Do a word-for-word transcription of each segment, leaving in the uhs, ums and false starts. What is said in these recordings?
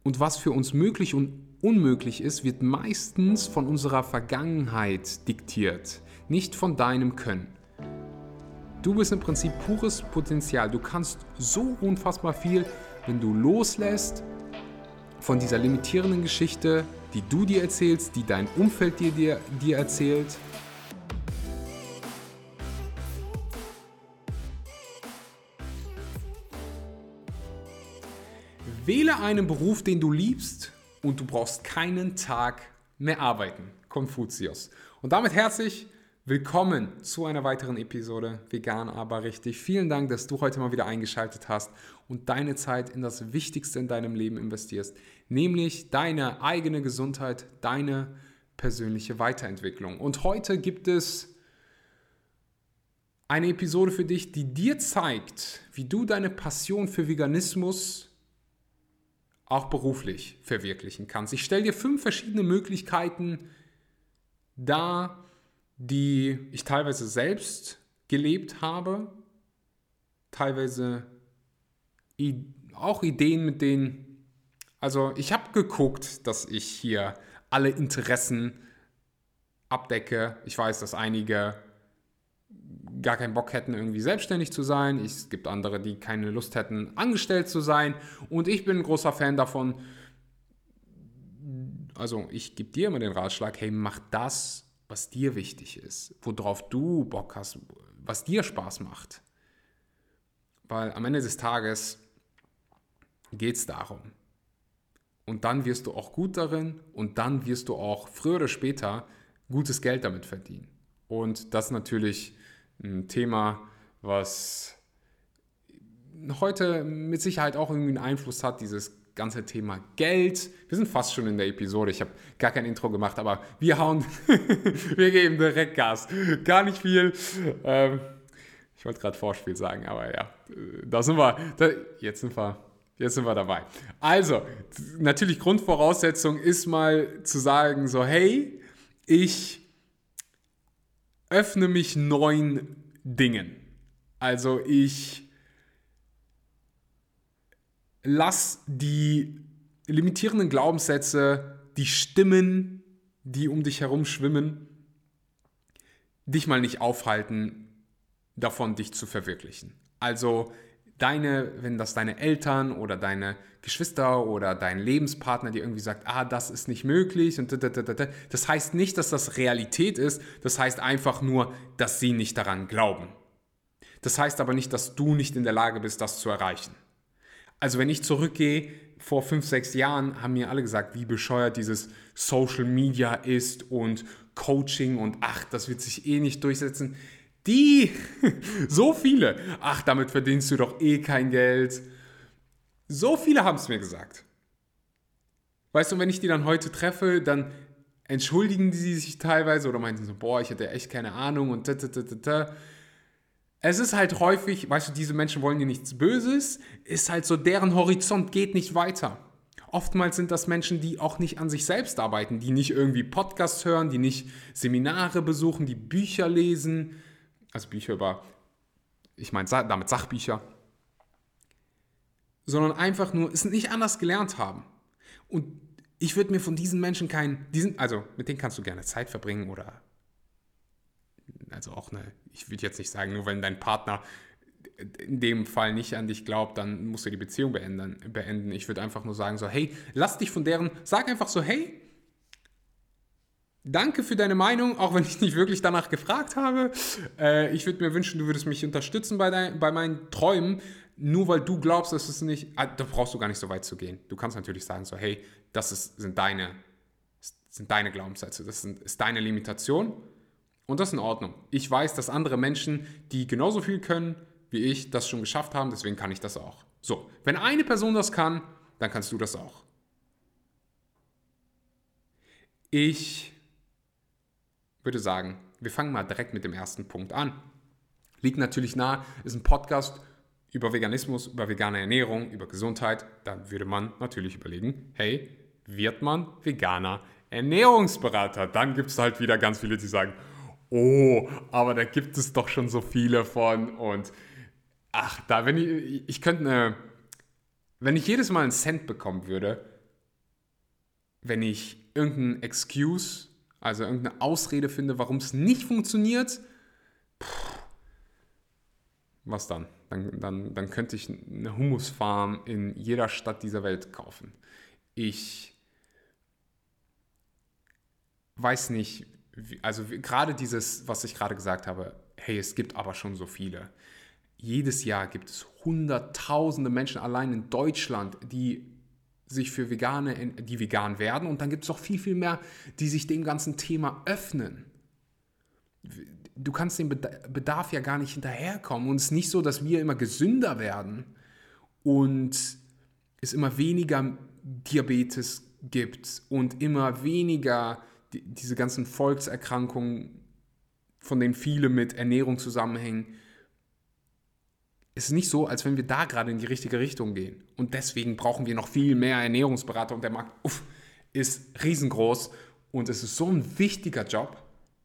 und was für uns möglich und unmöglich ist, wird meistens von unserer Vergangenheit diktiert, nicht von deinem Können. Du bist im Prinzip pures Potenzial. Du kannst so unfassbar viel, wenn du loslässt von dieser limitierenden Geschichte, die du dir erzählst, die dein Umfeld dir, dir, dir erzählt. Wähle einen Beruf, den du liebst, und du brauchst keinen Tag mehr arbeiten. Konfuzius. Und damit herzlich willkommen zu einer weiteren Episode Vegan, aber richtig. Vielen Dank, dass du heute mal wieder eingeschaltet hast und deine Zeit in das Wichtigste in deinem Leben investierst, nämlich deine eigene Gesundheit, deine persönliche Weiterentwicklung. Und heute gibt es eine Episode für dich, die dir zeigt, wie du deine Passion für Veganismus auch beruflich verwirklichen kannst. Ich stelle dir fünf verschiedene Möglichkeiten dar, die ich teilweise selbst gelebt habe, teilweise auch Ideen, mit denen, also ich habe geguckt, dass ich hier alle Interessen abdecke. Ich weiß, dass einige gar keinen Bock hätten, irgendwie selbstständig zu sein. Es gibt andere, die keine Lust hätten, angestellt zu sein. Und ich bin ein großer Fan davon, also ich gebe dir immer den Ratschlag, hey, mach das, was dir wichtig ist, worauf du Bock hast, was dir Spaß macht. Weil am Ende des Tages geht es darum. Und dann wirst du auch gut darin und dann wirst du auch früher oder später gutes Geld damit verdienen. Und das ist natürlich ein Thema, was heute mit Sicherheit auch irgendwie einen Einfluss hat, dieses ganze Thema Geld. Wir sind fast schon in der Episode, ich habe gar kein Intro gemacht, aber wir hauen, wir geben direkt Gas. Gar nicht viel. Ähm, ich wollte gerade Vorspiel sagen, aber ja, da sind wir, da, jetzt sind wir, jetzt sind wir dabei. Also, natürlich Grundvoraussetzung ist mal zu sagen, so hey, ich öffne mich neuen Dingen. Also ich lass die limitierenden Glaubenssätze, die Stimmen, die um dich herum schwimmen, dich mal nicht aufhalten, davon dich zu verwirklichen. Also deine, wenn das deine Eltern oder deine Geschwister oder dein Lebenspartner dir irgendwie sagt, ah, das ist nicht möglich und das heißt nicht, dass das Realität ist, das heißt einfach nur, dass sie nicht daran glauben. Das heißt aber nicht, dass du nicht in der Lage bist, das zu erreichen. Also wenn ich zurückgehe, vor fünf, sechs Jahren haben mir alle gesagt, wie bescheuert dieses Social Media ist und Coaching und ach, das wird sich eh nicht durchsetzen. Die, so viele, ach, damit verdienst du doch eh kein Geld. So viele haben es mir gesagt. Weißt du, wenn ich die dann heute treffe, dann entschuldigen die sich teilweise oder meinten so, boah, ich hätte echt keine Ahnung und da, da, da, da. Es ist halt häufig, weißt du, diese Menschen wollen dir nichts Böses, ist halt so, deren Horizont geht nicht weiter. Oftmals sind das Menschen, die auch nicht an sich selbst arbeiten, die nicht irgendwie Podcasts hören, die nicht Seminare besuchen, die Bücher lesen, also Bücher über, ich meine damit Sachbücher, sondern einfach nur es nicht anders gelernt haben. Und ich würde mir von diesen Menschen keinen, diesen, also mit denen kannst du gerne Zeit verbringen oder, also auch eine, ich würde jetzt nicht sagen, nur wenn dein Partner in dem Fall nicht an dich glaubt, dann musst du die Beziehung beenden. beenden. Ich würde einfach nur sagen so, hey, lass dich von deren, sag einfach so, hey, danke für deine Meinung, auch wenn ich nicht wirklich danach gefragt habe. Äh, ich würde mir wünschen, du würdest mich unterstützen bei, dein, bei meinen Träumen. Nur weil du glaubst, dass es nicht, ah, da brauchst du gar nicht so weit zu gehen. Du kannst natürlich sagen so, hey, das ist, sind, deine, sind deine Glaubenssätze, das sind, ist deine Limitation und das ist in Ordnung. Ich weiß, dass andere Menschen, die genauso viel können wie ich, das schon geschafft haben, deswegen kann ich das auch. So, wenn eine Person das kann, dann kannst du das auch. Ich würde sagen, wir fangen mal direkt mit dem ersten Punkt an. Liegt natürlich nahe, ist ein Podcast über Veganismus, über vegane Ernährung, über Gesundheit. Dann würde man natürlich überlegen, hey, wird man veganer Ernährungsberater? Dann gibt es halt wieder ganz viele, die sagen, oh, aber da gibt es doch schon so viele von und ach, da, wenn ich, ich könnte eine, wenn ich jedes Mal einen Cent bekommen würde, wenn ich irgendeinen Excuse, also irgendeine Ausrede finde, warum es nicht funktioniert, pff, was dann? Dann, dann? dann könnte ich eine Humusfarm in jeder Stadt dieser Welt kaufen. Ich weiß nicht, wie, also wie, gerade dieses, was ich gerade gesagt habe, hey, es gibt aber schon so viele. Jedes Jahr gibt es hunderttausende Menschen allein in Deutschland, die sich für Vegane, die vegan werden, und dann gibt es auch viel, viel mehr, die sich dem ganzen Thema öffnen. Du kannst dem Bedarf ja gar nicht hinterherkommen, und es ist nicht so, dass wir immer gesünder werden und es immer weniger Diabetes gibt und immer weniger die, diese ganzen Volkserkrankungen, von denen viele mit Ernährung zusammenhängen. Es ist nicht so, als wenn wir da gerade in die richtige Richtung gehen. Und deswegen brauchen wir noch viel mehr Ernährungsberater. Und der Markt uff, ist riesengroß. Und es ist so ein wichtiger Job,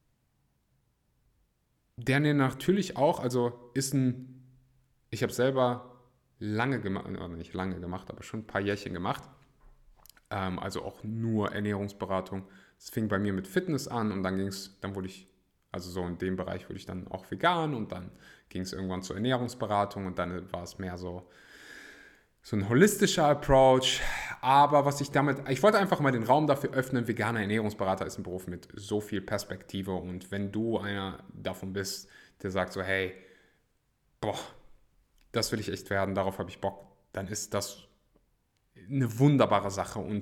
der mir natürlich auch, also ist ein, ich habe selber lange gemacht, nicht lange gemacht, aber schon ein paar Jährchen gemacht. Ähm, also auch nur Ernährungsberatung. Es fing bei mir mit Fitness an, und dann ging es, dann wurde ich, also so in dem Bereich wurde ich dann auch vegan, und dann ging es irgendwann zur Ernährungsberatung, und dann war es mehr so, so ein holistischer Approach. Aber was ich damit, ich wollte einfach mal den Raum dafür öffnen, veganer Ernährungsberater ist ein Beruf mit so viel Perspektive, und wenn du einer davon bist, der sagt so, hey, boah, das will ich echt werden, darauf habe ich Bock, dann ist das eine wunderbare Sache, und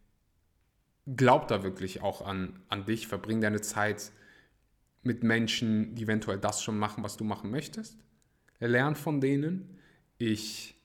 glaub da wirklich auch an, an dich, verbring deine Zeit mit Menschen, die eventuell das schon machen, was du machen möchtest. Lern von denen. Ich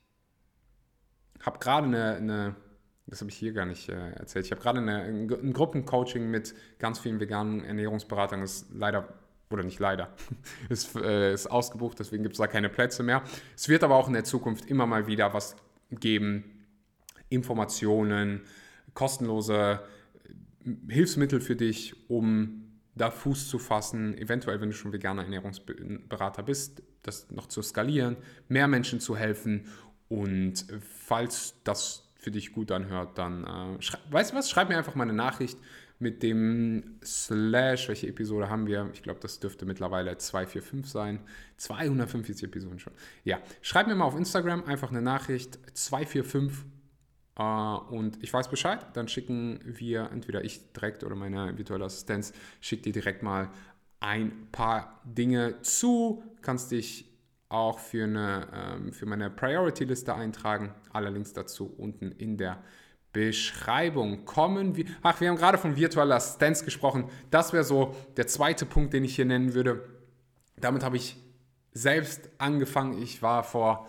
habe gerade eine, eine, das habe ich hier gar nicht äh, erzählt, ich habe gerade eine, ein, ein Gruppencoaching mit ganz vielen veganen Ernährungsberatern. Das ist leider, oder nicht leider, ist, äh, ist ausgebucht, deswegen gibt es da keine Plätze mehr. Es wird aber auch in der Zukunft immer mal wieder was geben, Informationen, kostenlose Hilfsmittel für dich, um da Fuß zu fassen, eventuell, wenn du schon veganer Ernährungsberater bist, das noch zu skalieren, mehr Menschen zu helfen. Und falls das für dich gut anhört, dann, äh, schrei- weißt du was, schreib mir einfach mal eine Nachricht mit dem Slash, welche Episode haben wir? Ich glaube, das dürfte mittlerweile zweihundertfünfundvierzig sein. zweihundertfünfundvierzig Episoden schon. Ja, schreib mir mal auf Instagram einfach eine Nachricht, zweihunderfünfundvierzig. Uh, und ich weiß Bescheid, dann schicken wir, entweder ich direkt oder meine virtuelle Assistenz, schickt dir direkt mal ein paar Dinge zu. Kannst dich auch für, eine, ähm, für meine Priority-Liste eintragen. Alle Links dazu unten in der Beschreibung. Kommen wir, ach, wir haben gerade von virtueller Assistenz gesprochen. Das wäre so der zweite Punkt, den ich hier nennen würde. Damit habe ich selbst angefangen. Ich war vor...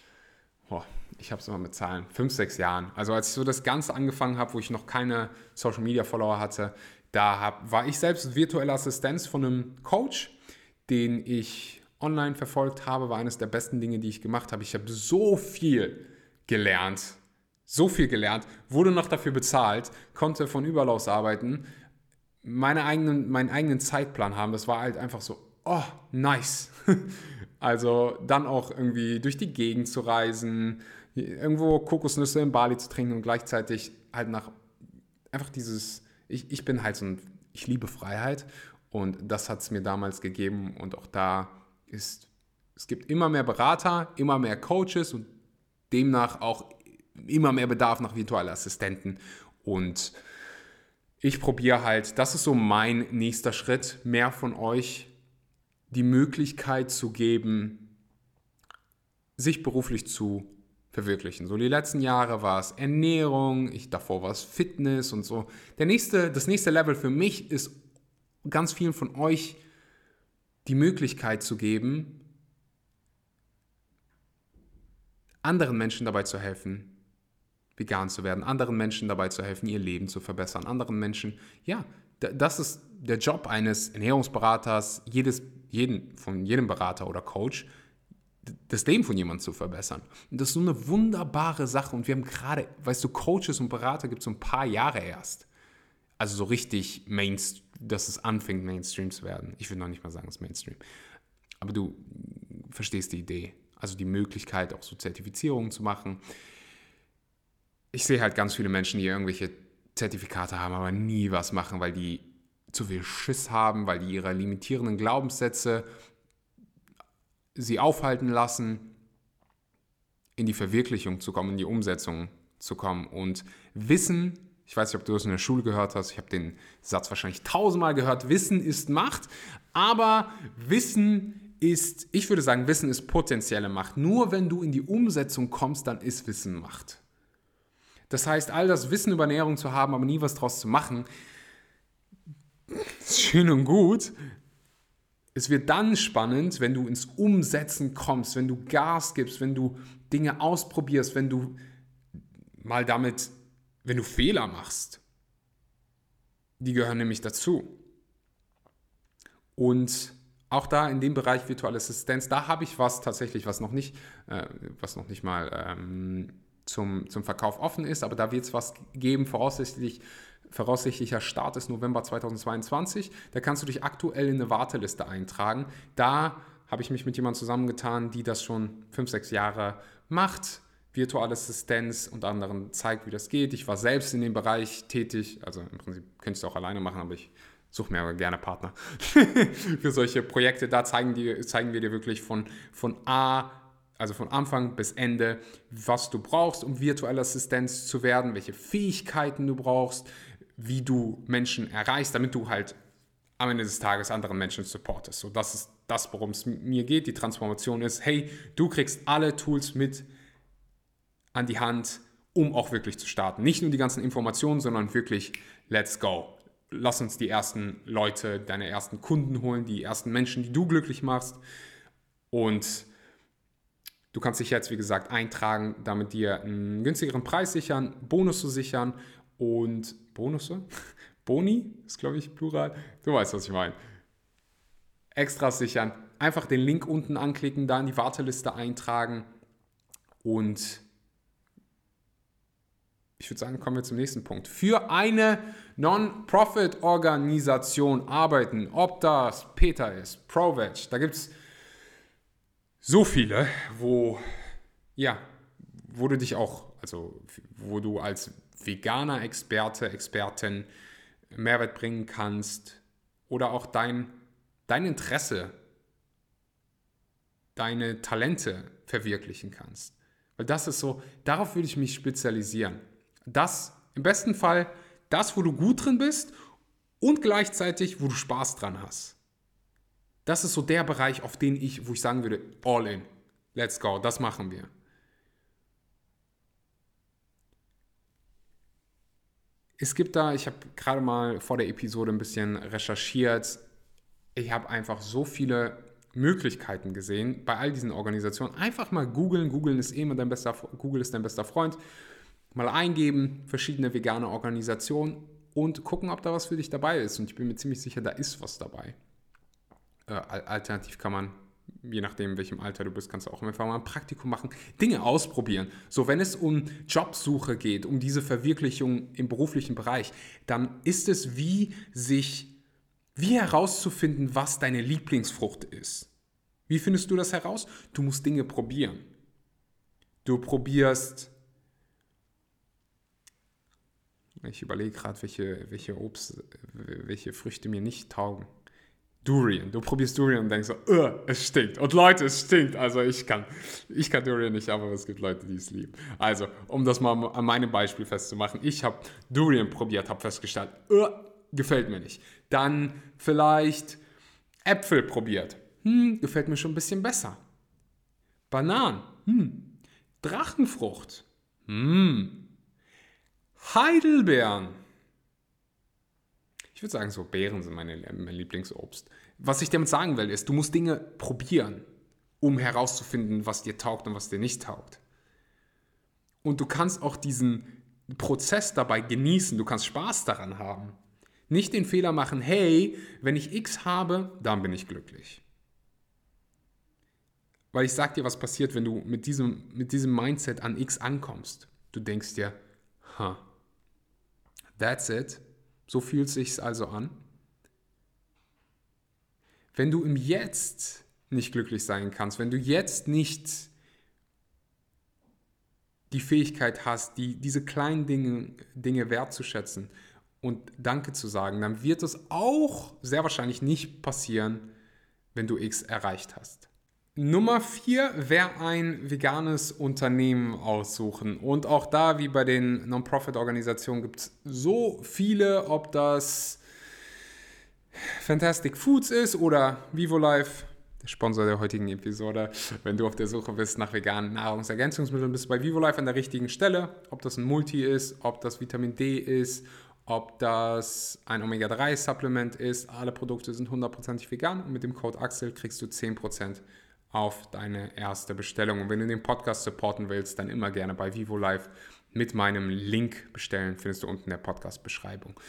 Oh, ich habe es immer mit Zahlen, fünf, sechs Jahren. Also als ich so das Ganze angefangen habe, wo ich noch keine Social-Media-Follower hatte, da hab, war ich selbst virtuelle Assistenz von einem Coach, den ich online verfolgt habe, war eines der besten Dinge, die ich gemacht habe. Ich habe so viel gelernt, so viel gelernt, wurde noch dafür bezahlt, konnte von überall aus arbeiten, meine eigenen, meinen eigenen Zeitplan haben. Das war halt einfach so, oh, nice. Also dann auch irgendwie durch die Gegend zu reisen, irgendwo Kokosnüsse in Bali zu trinken und gleichzeitig halt nach einfach dieses, ich, ich bin halt so ein, ich liebe Freiheit, und das hat es mir damals gegeben, und auch da ist, es gibt immer mehr Berater, immer mehr Coaches und demnach auch immer mehr Bedarf nach virtuellen Assistenten, und ich probiere halt, das ist so mein nächster Schritt, mehr von euch die Möglichkeit zu geben, sich beruflich zu verwirklichen. So die letzten Jahre war es Ernährung, ich, davor war es Fitness und so. Der nächste, das nächste Level für mich ist, ganz vielen von euch die Möglichkeit zu geben, anderen Menschen dabei zu helfen, vegan zu werden, anderen Menschen dabei zu helfen, ihr Leben zu verbessern, anderen Menschen, ja, das ist der Job eines Ernährungsberaters, jedes, jeden, von jedem Berater oder Coach, das Leben von jemandem zu verbessern. Und das ist so eine wunderbare Sache. Und wir haben gerade, weißt du, Coaches und Berater gibt es so ein paar Jahre erst. Also so richtig Mainstream, dass es anfängt, Mainstream zu werden. Ich will noch nicht mal sagen, es ist Mainstream. Aber du verstehst die Idee. Also die Möglichkeit, auch so Zertifizierungen zu machen. Ich sehe halt ganz viele Menschen, die irgendwelche Zertifikate haben, aber nie was machen, weil die zu viel Schiss haben, weil die ihre limitierenden Glaubenssätze sie aufhalten lassen, in die Verwirklichung zu kommen, in die Umsetzung zu kommen. Und Wissen, ich weiß nicht, ob du das in der Schule gehört hast, ich habe den Satz wahrscheinlich tausendmal gehört, Wissen ist Macht, aber Wissen ist, ich würde sagen, Wissen ist potenzielle Macht. Nur wenn du in die Umsetzung kommst, dann ist Wissen Macht. Das heißt, all das Wissen über Ernährung zu haben, aber nie was draus zu machen, ist schön und gut. Es wird dann spannend, wenn du ins Umsetzen kommst, wenn du Gas gibst, wenn du Dinge ausprobierst, wenn du mal damit, wenn du Fehler machst. Die gehören nämlich dazu. Und auch da in dem Bereich virtuelle Assistenz, da habe ich was tatsächlich, was noch nicht, äh, was noch nicht mal ähm, zum, zum Verkauf offen ist, aber da wird es was geben, voraussichtlich Voraussichtlicher Start ist November zweitausendzweiundzwanzig. Da kannst du dich aktuell in eine Warteliste eintragen. Da habe ich mich mit jemandem zusammengetan, die das schon fünf, sechs Jahre macht. Virtuelle Assistenz und anderen zeigt, wie das geht. Ich war selbst in dem Bereich tätig. Also im Prinzip könnte ich es auch alleine machen, aber ich suche mir aber gerne Partner für solche Projekte. Da zeigen, die, zeigen wir dir wirklich von, von A, also von Anfang bis Ende, was du brauchst, um virtuelle Assistenz zu werden, welche Fähigkeiten du brauchst, wie du Menschen erreichst, damit du halt am Ende des Tages anderen Menschen supportest. So, das ist das, worum es mir geht. Die Transformation ist, hey, du kriegst alle Tools mit an die Hand, um auch wirklich zu starten. Nicht nur die ganzen Informationen, sondern wirklich, let's go. Lass uns die ersten Leute, deine ersten Kunden holen, die ersten Menschen, die du glücklich machst. Und du kannst dich jetzt, wie gesagt, eintragen, damit dir einen günstigeren Preis sichern, Bonus zu sichern und Bonusse? Boni ist, glaube ich, Plural. Du weißt, was ich meine. Extras sichern. Einfach den Link unten anklicken, da in die Warteliste eintragen und ich würde sagen, kommen wir zum nächsten Punkt. Für eine Non-Profit-Organisation arbeiten, ob das Peter ist, ProVeg, da gibt es so viele, wo, ja, wo du dich auch, also wo du als veganer Experte, Expertin Mehrwert bringen kannst oder auch dein, dein Interesse, deine Talente verwirklichen kannst. Weil das ist so, darauf würde ich mich spezialisieren. Das, im besten Fall, das, wo du gut drin bist und gleichzeitig, wo du Spaß dran hast. Das ist so der Bereich, auf den ich, wo ich sagen würde, all in, let's go, das machen wir. Es gibt da, ich habe gerade mal vor der Episode ein bisschen recherchiert, ich habe einfach so viele Möglichkeiten gesehen bei all diesen Organisationen. Einfach mal googeln, googeln ist eh immer dein bester, Google ist dein bester Freund. Mal eingeben, verschiedene vegane Organisationen und gucken, ob da was für dich dabei ist. Und ich bin mir ziemlich sicher, da ist was dabei. Äh, alternativ kann man, je nachdem, in welchem Alter du bist, kannst du auch einfach mal ein Praktikum machen, Dinge ausprobieren. So, wenn es um Jobsuche geht, um diese Verwirklichung im beruflichen Bereich, dann ist es wie sich, wie herauszufinden, was deine Lieblingsfrucht ist. Wie findest du das heraus? Du musst Dinge probieren. Du probierst, ich überlege gerade, welche, welche Obst, welche Früchte mir nicht taugen. Durian. Du probierst Durian und denkst so, es stinkt. Und Leute, es stinkt. Also ich kann, ich kann Durian nicht, aber es gibt Leute, die es lieben. Also, um das mal an meinem Beispiel festzumachen. Ich habe Durian probiert, habe festgestellt, gefällt mir nicht. Dann vielleicht Äpfel probiert. Hm, gefällt mir schon ein bisschen besser. Bananen. Hm. Drachenfrucht. Hm. Heidelbeeren. Ich würde sagen, so Beeren sind meine, mein Lieblingsobst. Was ich damit sagen will, ist, du musst Dinge probieren, um herauszufinden, was dir taugt und was dir nicht taugt. Und du kannst auch diesen Prozess dabei genießen, du kannst Spaß daran haben. Nicht den Fehler machen, hey, wenn ich X habe, dann bin ich glücklich. Weil ich sag dir, was passiert, wenn du mit diesem, mit diesem Mindset an X ankommst. Du denkst dir, huh, that's it. So fühlt es sich also an. Wenn du im Jetzt nicht glücklich sein kannst, wenn du jetzt nicht die Fähigkeit hast, die, diese kleinen Dinge, Dinge wertzuschätzen und Danke zu sagen, dann wird es auch sehr wahrscheinlich nicht passieren, wenn du X erreicht hast. Nummer vier wäre ein veganes Unternehmen aussuchen. Und auch da, wie bei den Non-Profit-Organisationen, gibt es so viele, ob das Fantastic Foods ist oder VivoLife, der Sponsor der heutigen Episode. Wenn du auf der Suche bist nach veganen Nahrungsergänzungsmitteln, bist du bei VivoLife an der richtigen Stelle. Ob das ein Multi ist, ob das Vitamin D ist, ob das ein Omega drei Supplement ist. Alle Produkte sind hundertprozentig vegan und mit dem Code Axel kriegst du zehn Prozent auf deine erste Bestellung. Und wenn du den Podcast supporten willst, dann immer gerne bei VivoLife mit meinem Link bestellen. Findest du unten in der Podcast-Beschreibung.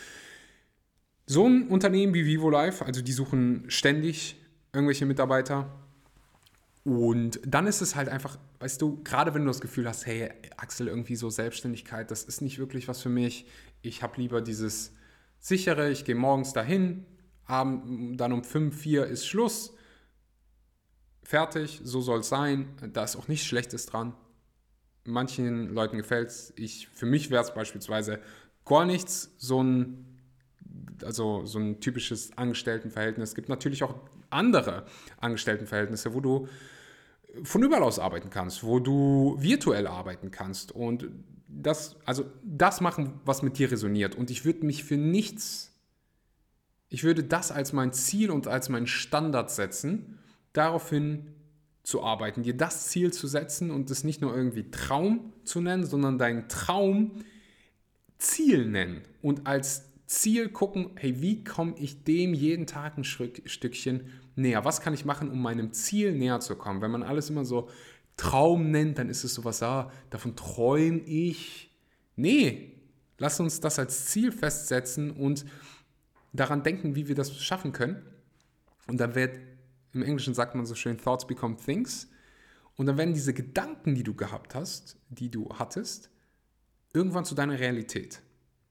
So ein Unternehmen wie VivoLife, also die suchen ständig irgendwelche Mitarbeiter. Und dann ist es halt einfach, weißt du, gerade wenn du das Gefühl hast, hey Axel, irgendwie so Selbstständigkeit, das ist nicht wirklich was für mich. Ich habe lieber dieses sichere, ich gehe morgens dahin, abend, dann um fünf, vier ist Schluss. Fertig, so soll es sein. Da ist auch nichts Schlechtes dran. Manchen Leuten gefällt es. Für mich wäre es beispielsweise gar nichts, so ein, also so ein typisches Angestelltenverhältnis. Es gibt natürlich auch andere Angestelltenverhältnisse, wo du von überall aus arbeiten kannst, wo du virtuell arbeiten kannst und das, also das machen, was mit dir resoniert. Und ich würde mich für nichts, ich würde das als mein Ziel und als meinen Standard setzen, daraufhin zu arbeiten, dir das Ziel zu setzen und es nicht nur irgendwie Traum zu nennen, sondern deinen Traum Ziel nennen und als Ziel gucken, hey, wie komme ich dem jeden Tag ein Stückchen näher? Was kann ich machen, um meinem Ziel näher zu kommen? Wenn man alles immer so Traum nennt, dann ist es sowas, ah, davon träume ich. Nee, lass uns das als Ziel festsetzen und daran denken, wie wir das schaffen können. Und dann wird, im Englischen sagt man so schön, Thoughts become things. Und dann werden diese Gedanken, die du gehabt hast, die du hattest, irgendwann zu deiner Realität.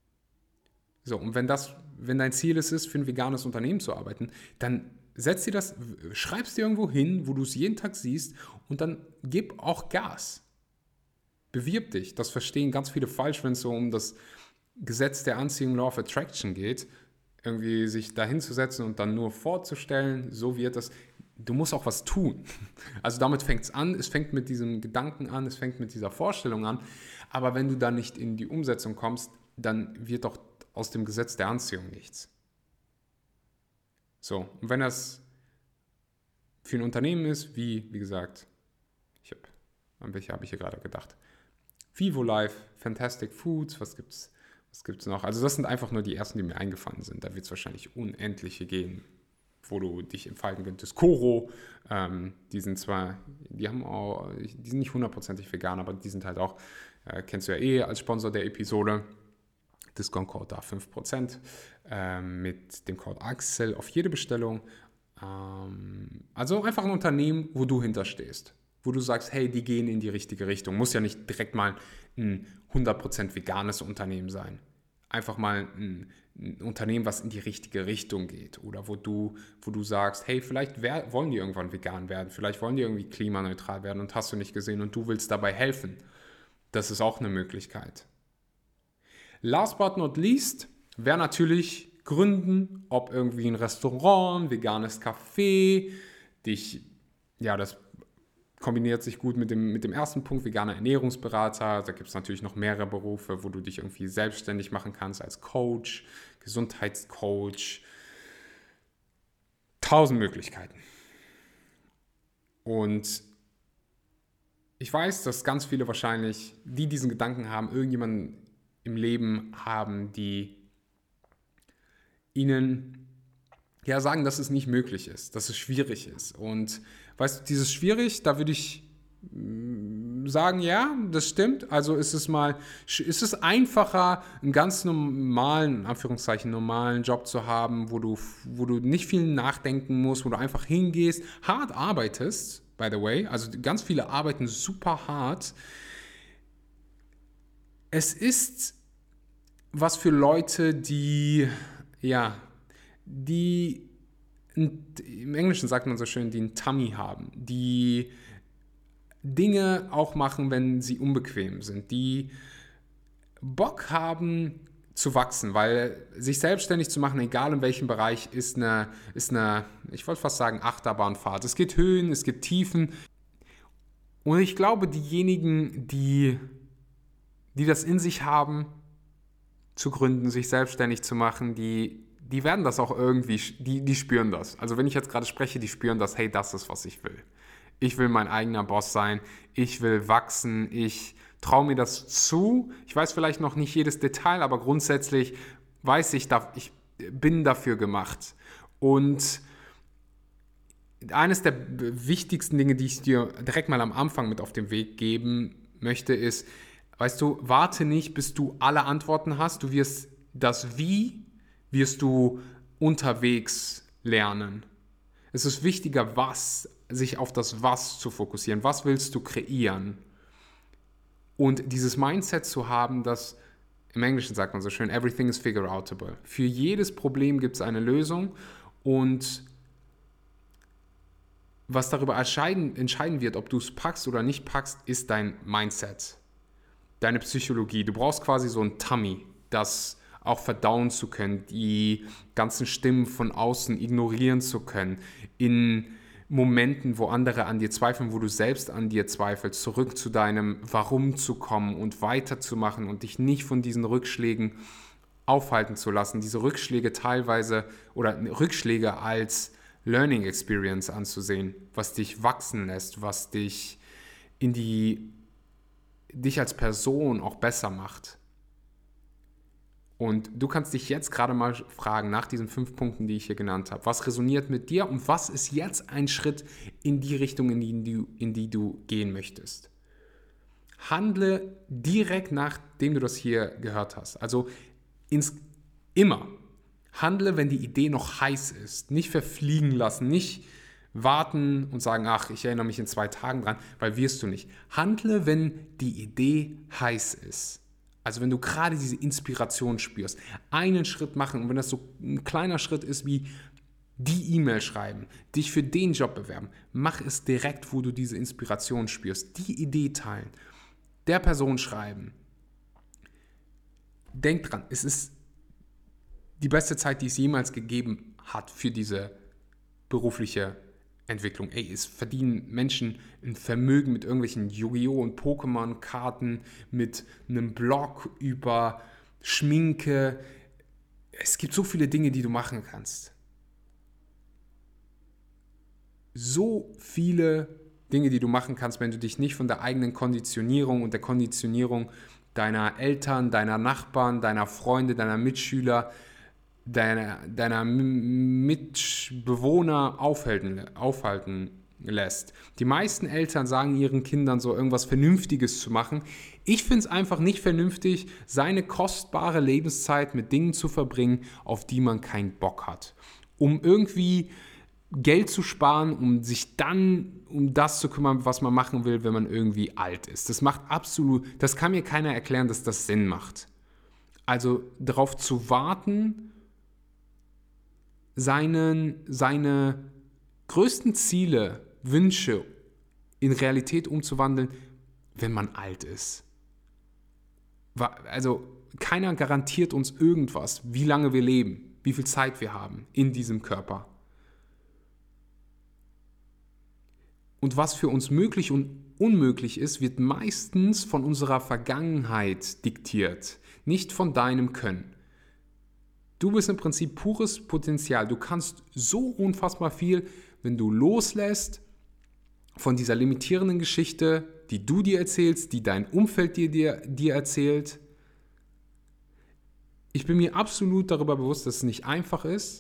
So, und wenn das, wenn dein Ziel ist, für ein veganes Unternehmen zu arbeiten, dann setz dir das, schreibst dir irgendwo hin, wo du es jeden Tag siehst und dann gib auch Gas. Bewirb dich. Das verstehen ganz viele falsch, wenn es so um das Gesetz der Anziehung, Law of Attraction geht. Irgendwie sich da hinzusetzen und dann nur vorzustellen, so wird das. Du musst auch was tun. Also damit fängt es an, es fängt mit diesem Gedanken an, es fängt mit dieser Vorstellung an. Aber wenn du dann nicht in die Umsetzung kommst, dann wird doch aus dem Gesetz der Anziehung nichts. So, und wenn das für ein Unternehmen ist, wie, wie gesagt, ich habe, an welche habe ich hier gerade gedacht? VivoLife, Fantastic Foods, was gibt's, was gibt's noch? Also das sind einfach nur die ersten, die mir eingefallen sind. Da wird es wahrscheinlich unendliche gehen, wo du dich entfalten könntest. Koro, ähm, die sind zwar, die haben auch, die sind nicht hundertprozentig vegan, aber die sind halt auch, äh, kennst du ja eh als Sponsor der Episode. Discount-Code da fünf Prozent ähm, mit dem Code Axel auf jede Bestellung. Ähm, also einfach ein Unternehmen, wo du hinterstehst. Wo du sagst, hey, die gehen in die richtige Richtung. Muss ja nicht direkt mal ein hundert Prozent veganes Unternehmen sein. Einfach mal ein, ein Unternehmen, was in die richtige Richtung geht. Oder wo du, wo du sagst, hey, vielleicht wer, wollen die irgendwann vegan werden. Vielleicht wollen die irgendwie klimaneutral werden und hast du nicht gesehen und du willst dabei helfen. Das ist auch eine Möglichkeit. Last but not least wäre natürlich gründen, ob irgendwie ein Restaurant, ein veganes Café, dich, ja, das kombiniert sich gut mit dem, mit dem ersten Punkt, veganer Ernährungsberater. Da gibt es natürlich noch mehrere Berufe, wo du dich irgendwie selbstständig machen kannst als Coach, Gesundheitscoach. Tausend Möglichkeiten. Und ich weiß, dass ganz viele wahrscheinlich, die diesen Gedanken haben, irgendjemanden im Leben haben, die ihnen ja sagen, dass es nicht möglich ist, dass es schwierig ist. Und weißt du, dieses schwierig, da würde ich sagen, ja, das stimmt. Also ist es mal, ist es einfacher, einen ganz normalen, in Anführungszeichen normalen Job zu haben, wo du, wo du nicht viel nachdenken musst, wo du einfach hingehst, hart arbeitest, by the way. Also ganz viele arbeiten super hart. Es ist was für Leute, die, ja, die, im Englischen sagt man so schön, die einen Tummy haben, die, Dinge auch machen, wenn sie unbequem sind, die Bock haben zu wachsen, weil sich selbstständig zu machen, egal in welchem Bereich, ist eine, ist eine, ich wollte fast sagen, Achterbahnfahrt. Es gibt Höhen, es gibt Tiefen. Und ich glaube, diejenigen, die, die das in sich haben, zu gründen, sich selbstständig zu machen, die, die werden das auch irgendwie, die, die spüren das. Also wenn ich jetzt gerade spreche, die spüren das, hey, das ist, was ich will. Ich will mein eigener Boss sein, ich will wachsen, ich traue mir das zu. Ich weiß vielleicht noch nicht jedes Detail, aber grundsätzlich weiß ich, ich bin dafür gemacht. Und eines der wichtigsten Dinge, die ich dir direkt mal am Anfang mit auf den Weg geben möchte, ist, weißt du, warte nicht, bis du alle Antworten hast. Du wirst das Wie, wirst du unterwegs lernen. Es ist wichtiger, was, sich auf das Was zu fokussieren. Was willst du kreieren? Und dieses Mindset zu haben, dass, im Englischen sagt man so schön, everything is figure-outable. Für jedes Problem gibt es eine Lösung und was darüber entscheiden, entscheiden wird, ob du es packst oder nicht packst, ist dein Mindset, deine Psychologie. Du brauchst quasi so ein Tummy, das auch verdauen zu können, die ganzen Stimmen von außen ignorieren zu können, in Momenten, wo andere an dir zweifeln, wo du selbst an dir zweifelst, zurück zu deinem Warum zu kommen und weiterzumachen und dich nicht von diesen Rückschlägen aufhalten zu lassen, diese Rückschläge teilweise oder Rückschläge als Learning Experience anzusehen, was dich wachsen lässt, was dich in die, dich als Person auch besser macht. Und du kannst dich jetzt gerade mal fragen, nach diesen fünf Punkten, die ich hier genannt habe, was resoniert mit dir und was ist jetzt ein Schritt in die Richtung, in die du, in die du gehen möchtest. Handle direkt, nachdem du das hier gehört hast. Also ins, immer. Handle, wenn die Idee noch heiß ist. Nicht verfliegen lassen, nicht warten und sagen, ach, ich erinnere mich in zwei Tagen dran, weil wirst du nicht. Handle, wenn die Idee heiß ist. Also wenn du gerade diese Inspiration spürst, einen Schritt machen und wenn das so ein kleiner Schritt ist wie die E-Mail schreiben, dich für den Job bewerben, mach es direkt, wo du diese Inspiration spürst, die Idee teilen, der Person schreiben. Denk dran, es ist die beste Zeit, die es jemals gegeben hat für diese berufliche Entwicklung. Ey, es verdienen Menschen ein Vermögen mit irgendwelchen Yu-Gi-Oh! Und Pokémon-Karten, mit einem Blog über Schminke. Es gibt so viele Dinge, die du machen kannst. So viele Dinge, die du machen kannst, wenn du dich nicht von der eigenen Konditionierung und der Konditionierung deiner Eltern, deiner Nachbarn, deiner Freunde, deiner Mitschüler, deiner, deiner Mitbewohner aufhalten, aufhalten lässt. Die meisten Eltern sagen ihren Kindern so irgendwas Vernünftiges zu machen. Ich finde es einfach nicht vernünftig, seine kostbare Lebenszeit mit Dingen zu verbringen, auf die man keinen Bock hat. Um irgendwie Geld zu sparen, um sich dann um das zu kümmern, was man machen will, wenn man irgendwie alt ist. Das macht absolut, das kann mir keiner erklären, dass das Sinn macht. Also darauf zu warten, seinen, seine größten Ziele, Wünsche in Realität umzuwandeln, wenn man alt ist. Also keiner garantiert uns irgendwas, wie lange wir leben, wie viel Zeit wir haben in diesem Körper. Und was für uns möglich und unmöglich ist, wird meistens von unserer Vergangenheit diktiert, nicht von deinem Können. Du bist im Prinzip pures Potenzial. Du kannst so unfassbar viel, wenn du loslässt von dieser limitierenden Geschichte, die du dir erzählst, die dein Umfeld dir, dir, dir erzählt. Ich bin mir absolut darüber bewusst, dass es nicht einfach ist.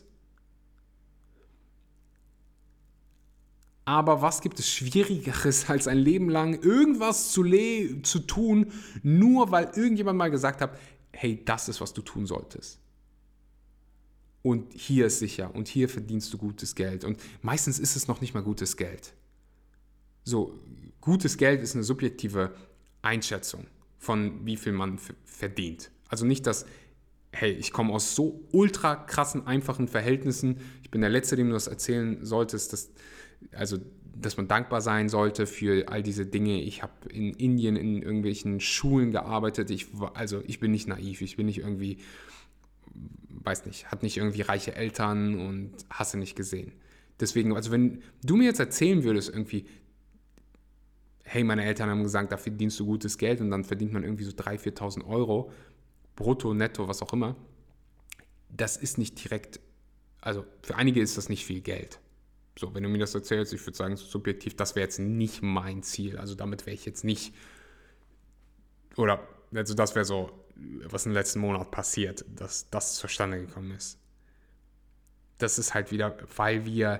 Aber was gibt es Schwierigeres, als ein Leben lang irgendwas zu, le- zu tun, nur weil irgendjemand mal gesagt hat, hey, das ist, was du tun solltest. Und hier ist sicher und hier verdienst du gutes Geld. Und meistens ist es noch nicht mal gutes Geld. So, gutes Geld ist eine subjektive Einschätzung von wie viel man f- verdient. Also nicht, dass, hey, ich komme aus so ultra krassen, einfachen Verhältnissen. Ich bin der Letzte, dem du das erzählen solltest. Dass, also dass man dankbar sein sollte für all diese Dinge. Ich habe in Indien in irgendwelchen Schulen gearbeitet. Ich, also ich bin nicht naiv, ich bin nicht irgendwie, weiß nicht, hat nicht irgendwie reiche Eltern und hast du nicht gesehen. Deswegen, also wenn du mir jetzt erzählen würdest irgendwie, hey, meine Eltern haben gesagt, da verdienst du gutes Geld und dann verdient man irgendwie so dreitausend, viertausend Euro, brutto, netto, was auch immer. Das ist nicht direkt, also für einige ist das nicht viel Geld. So, wenn du mir das erzählst, ich würde sagen, so subjektiv, das wäre jetzt nicht mein Ziel. Also damit wäre ich jetzt nicht, oder, also das wäre so, was im letzten Monat passiert, dass das zustande gekommen ist. Das ist halt wieder, weil wir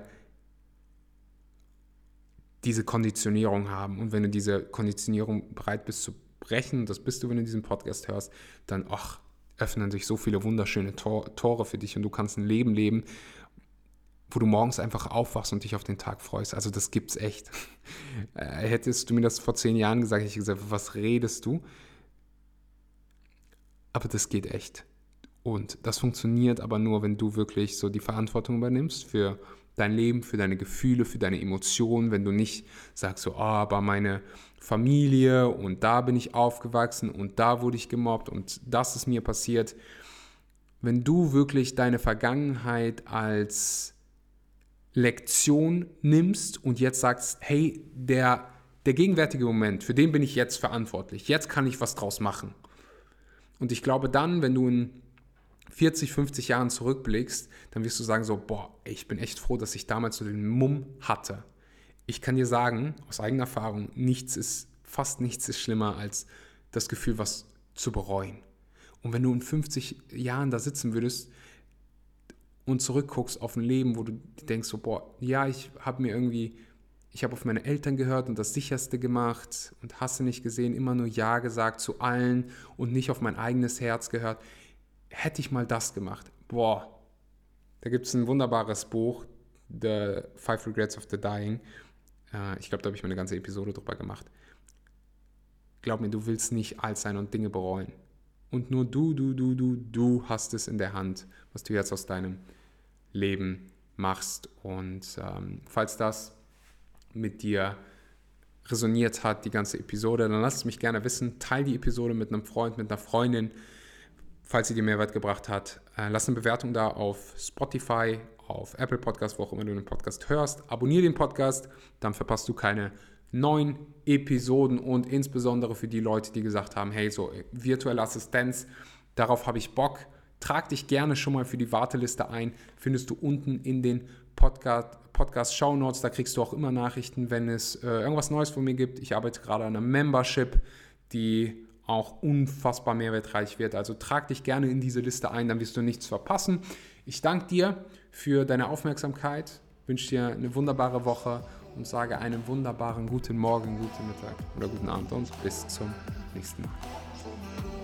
diese Konditionierung haben. Und wenn du diese Konditionierung bereit bist zu brechen, das bist du, wenn du diesen Podcast hörst, dann, ach, öffnen sich so viele wunderschöne Tor- Tore für dich und du kannst ein Leben leben, wo du morgens einfach aufwachst und dich auf den Tag freust. Also das gibt's echt. Hättest du mir das vor zehn Jahren gesagt, hätte ich gesagt, was redest du? Aber das geht echt. Und das funktioniert aber nur, wenn du wirklich so die Verantwortung übernimmst für dein Leben, für deine Gefühle, für deine Emotionen, wenn du nicht sagst so, oh, aber meine Familie und da bin ich aufgewachsen und da wurde ich gemobbt und das ist mir passiert. Wenn du wirklich deine Vergangenheit als Lektion nimmst und jetzt sagst, hey, der, der gegenwärtige Moment, für den bin ich jetzt verantwortlich, jetzt kann ich was draus machen. Und ich glaube dann, wenn du in vierzig, fünfzig Jahren zurückblickst, dann wirst du sagen so, boah, ich bin echt froh, dass ich damals so den Mumm hatte. Ich kann dir sagen, aus eigener Erfahrung, nichts ist, fast nichts ist schlimmer als das Gefühl, was zu bereuen. Und wenn du in fünfzig Jahren da sitzen würdest und zurückguckst auf ein Leben, wo du denkst so, boah, ja, ich habe mir irgendwie, ich habe auf meine Eltern gehört und das Sicherste gemacht und hast du nicht gesehen, immer nur Ja gesagt zu allen und nicht auf mein eigenes Herz gehört. Hätte ich mal das gemacht, boah, da gibt es ein wunderbares Buch, The Five Regrets of the Dying. Ich glaube, da habe ich mal eine ganze Episode drüber gemacht. Glaub mir, du willst nicht alt sein und Dinge bereuen. Und nur du, du, du, du, du hast es in der Hand, was du jetzt aus deinem Leben machst. Und ähm, falls das mit dir resoniert hat, die ganze Episode, dann lass es mich gerne wissen. Teil die Episode mit einem Freund, mit einer Freundin, falls sie dir Mehrwert gebracht hat. Äh, lass eine Bewertung da auf Spotify, auf Apple Podcast, wo auch immer du den Podcast hörst. Abonniere den Podcast, dann verpasst du keine neuen Episoden und insbesondere für die Leute, die gesagt haben, hey, so virtuelle Assistenz, darauf habe ich Bock. Trag dich gerne schon mal für die Warteliste ein. Findest du unten in den Podcast, Podcast Show Notes. Da kriegst du auch immer Nachrichten, wenn es äh, irgendwas Neues von mir gibt. Ich arbeite gerade an einer Membership, die auch unfassbar mehrwertreich wird. Also trag dich gerne in diese Liste ein, dann wirst du nichts verpassen. Ich danke dir für deine Aufmerksamkeit, wünsche dir eine wunderbare Woche und sage einen wunderbaren guten Morgen, guten Mittag oder guten Abend und bis zum nächsten Mal.